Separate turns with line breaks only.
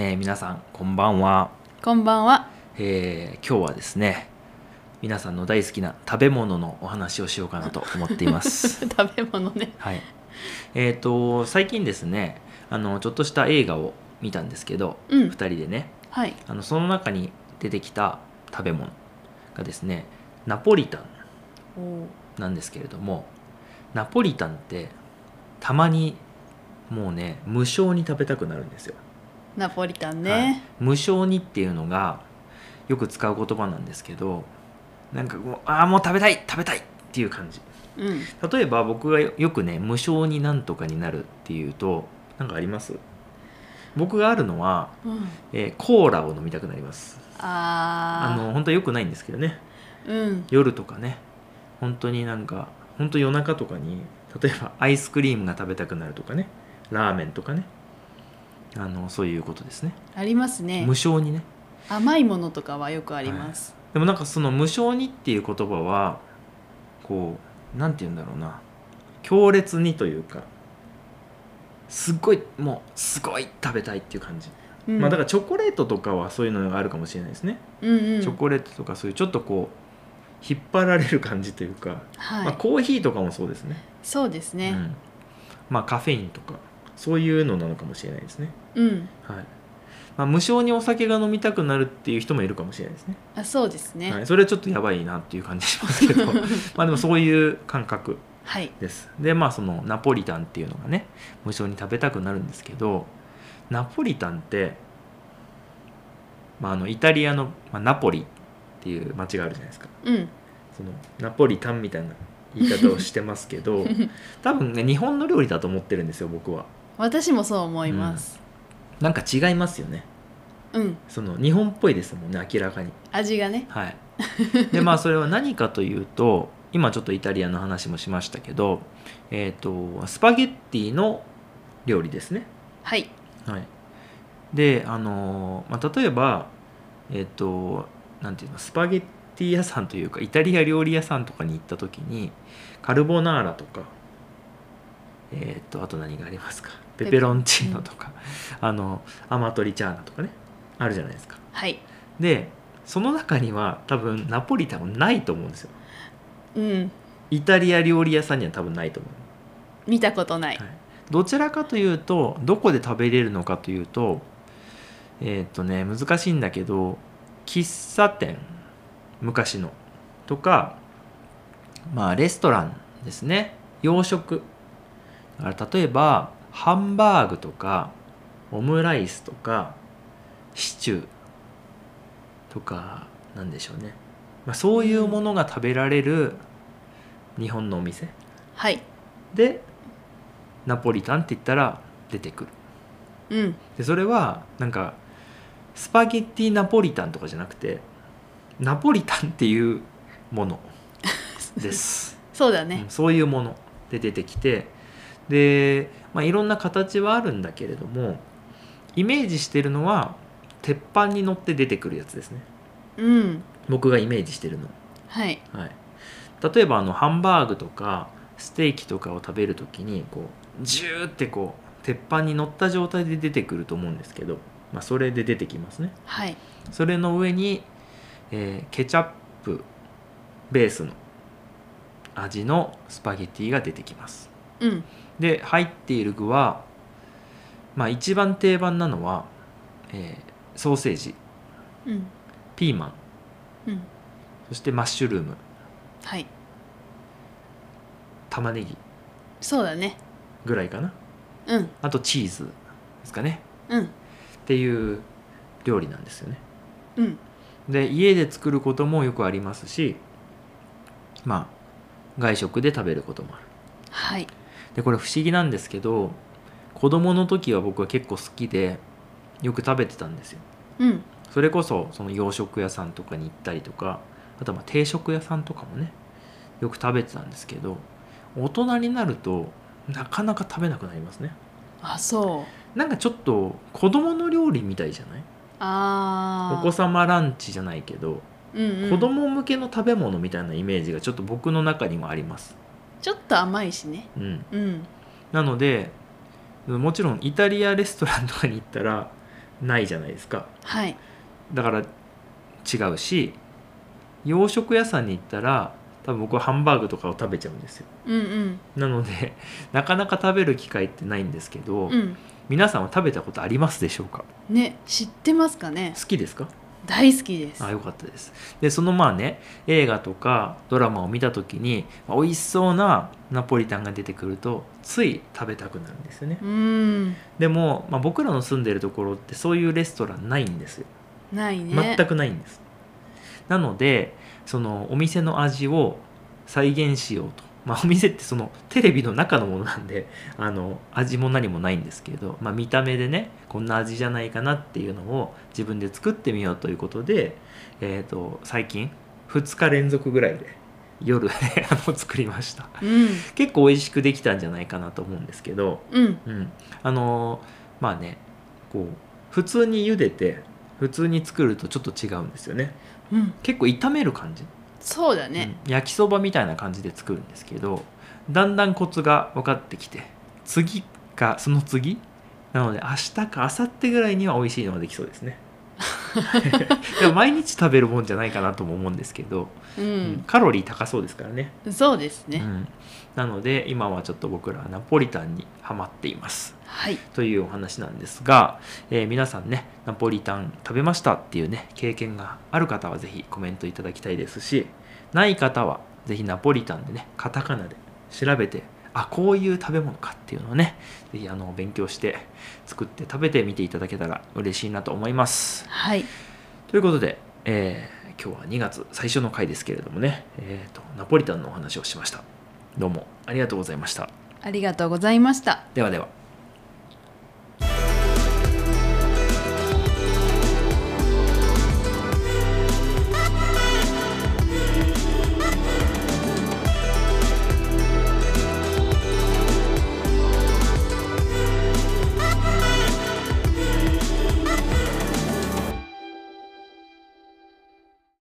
皆さんこんばんは。
こんばんは。
今日はですね、皆さんの大好きな食べ物のお話をしようかなと思っています。
食べ物ね。
はい。最近ですね、ちょっとした映画を見たんですけど、
うん
2人でね、
はい。
その中に出てきた食べ物がですね、ナポリタン
お
なんですけれども、ナポリタンってたまにもうね、無性に食べたくなるんですよ。
ナポリタン
はい
ね。
無性にっていうのがよく使う言葉なんですけど、なんかもう食べたいっていう感じ。
うん。
例えば僕がよくね、無性になんとかになるっていうとなんかあります？僕があるのは、コーラを飲みたくなります。本当は良くないんですけどね、
うん。
夜とかね、本当になんか本当夜中とかに例えばアイスクリームが食べたくなるとかね、ラーメンとかね、そういうことですね。
ありますね。
無性にね。
甘いものとかはよくあります。
でもなんかその無性にっていう言葉はこうなんて言うんだろうな、強烈にというか、すごい食べたいっていう感じ、
うん
だからチョコレートとかはそういうのがあるかもしれないですね、
うんうん。
チョコレートとかそういうちょっとこう引っ張られる感じというか、
はい。
コーヒーとかもそうですね。
そうですね。
カフェインとかそういうのなのかもしれないですね。
うん。
はい。無性にお酒が飲みたくなるっていう人もいるかもしれないですね。
そうですね。
はい、それはちょっとやばいなっていう感じしますけどでもそういう感覚
はい。
です。でそのナポリタンっていうのがね、無性に食べたくなるんですけど、ナポリタンって、イタリアの、ナポリっていう町があるじゃないですか。
うん。
そのナポリタンみたいな言い方をしてますけど多分ね、日本の料理だと思ってるんですよ、僕は。
私もそう思います。
なんか違いますよね。その日本っぽいですもんね、明らかに。
味がね。
はい。でそれは何かというと、今ちょっとイタリアの話もしましたけど、スパゲッティの料理ですね。
はい。
はい。で例えばなんていうの、スパゲッティ屋さんというかイタリア料理屋さんとかに行った時に、カルボナーラとかあと何がありますか、ペペロンチーノとか、アマトリチャーナとかね、あるじゃないですか。
はい。
でその中には多分ナポリタンはないと思うんですよ。
うん。
イタリア料理屋さんには多分ないと思う。
見たことない。
はい、どちらかというと、どこで食べれるのかというと、難しいんだけど、喫茶店、昔のとか、レストランですね、洋食だから、例えばハンバーグとかオムライスとかシチューとかなんでしょうね、そういうものが食べられる日本のお店
はい。
でナポリタンって言ったら出てくる。
うん。
でそれはなんかスパゲッティナポリタンとかじゃなくて、ナポリタンっていうものです
そうだね。
そういうもので出てきて、で、いろんな形はあるんだけれども、イメージしてるのは鉄板に乗って出てくるやつですね、
うん。
僕がイメージしてるの。
はい。
はい、例えばハンバーグとかステーキとかを食べるときにこうジューってこう鉄板に乗った状態で出てくると思うんですけど、それで出てきますね。
はい。
それの上に、ケチャップベースの味のスパゲティが出てきます。
うん。
で入っている具は、一番定番なのは、ソーセージ、
うん。
ピーマン、
うん。
そしてマッシュルーム、
はい。
玉ねぎ
そうだね。
ぐらいかな。
うん。
あとチーズですかね
うん。
っていう料理なんですよね。
うん。
で家で作ることもよくありますし、外食で食べることもある。
はい。
でこれ不思議なんですけど、子供の時は僕は結構好きでよく食べてたんですよ。
うん。
それこそその洋食屋さんとかに行ったりとか、あとは定食屋さんとかもね、よく食べてたんですけど、大人になるとなかなか食べなくなりますね。
そう。
なんかちょっと子供の料理みたいじゃない？お子様ランチじゃないけど、子供向けの食べ物みたいなイメージがちょっと僕の中にもあります。
ちょっと甘いしね。
なのでもちろんイタリアレストランとかに行ったらないじゃないですか。
はい。
だから違うし、洋食屋さんに行ったら多分僕はハンバーグとかを食べちゃうんですよ。
うんうん
なのでなかなか食べる機会ってないんですけど、
うん
皆さんは食べたことありますでしょうか？
ね、知ってますかね。
好きですか？
大好きです。
よかったです。でそのまあね、映画とかドラマを見た時に美味しそうなナポリタンが出てくるとつい食べたくなるんですよね。でも、僕らの住んでるところってそういうレストランないんですよ。
ないね。
全くないんです。なのでそのお店の味を再現しようと、お店ってそのテレビの中のものなんで味も何もないんですけど、見た目でねこんな味じゃないかなっていうのを自分で作ってみようということで、最近2日連続ぐらいで夜作りました。結構美味しくできたんじゃないかなと思うんですけど、まあね、こう普通に茹でて普通に作るとちょっと違うんですよね。結構炒める感じ。
そうだね。
焼きそばみたいな感じで作るんですけど、だんだんコツが分かってきて、次かその次なので明日か明後日ぐらいには美味しいのができそうですね。でも毎日食べるもんじゃないかなとも思うんですけど、カロリー高そうですからね。
そうですね。
なので今はちょっと僕らはナポリタンにハマっています、というお話なんですが、皆さんねナポリタン食べましたっていうね経験がある方はぜひコメントいただきたいですし、ない方はぜひナポリタンでねカタカナで調べて、こういう食べ物かっていうのをねぜひ勉強して作って食べてみていただけたら嬉しいなと思います。ということで、今日は2月最初の回ですけれどもね、ナポリタンのお話をしました。どうもありがとうございました。
ありがとうございました。
ではでは。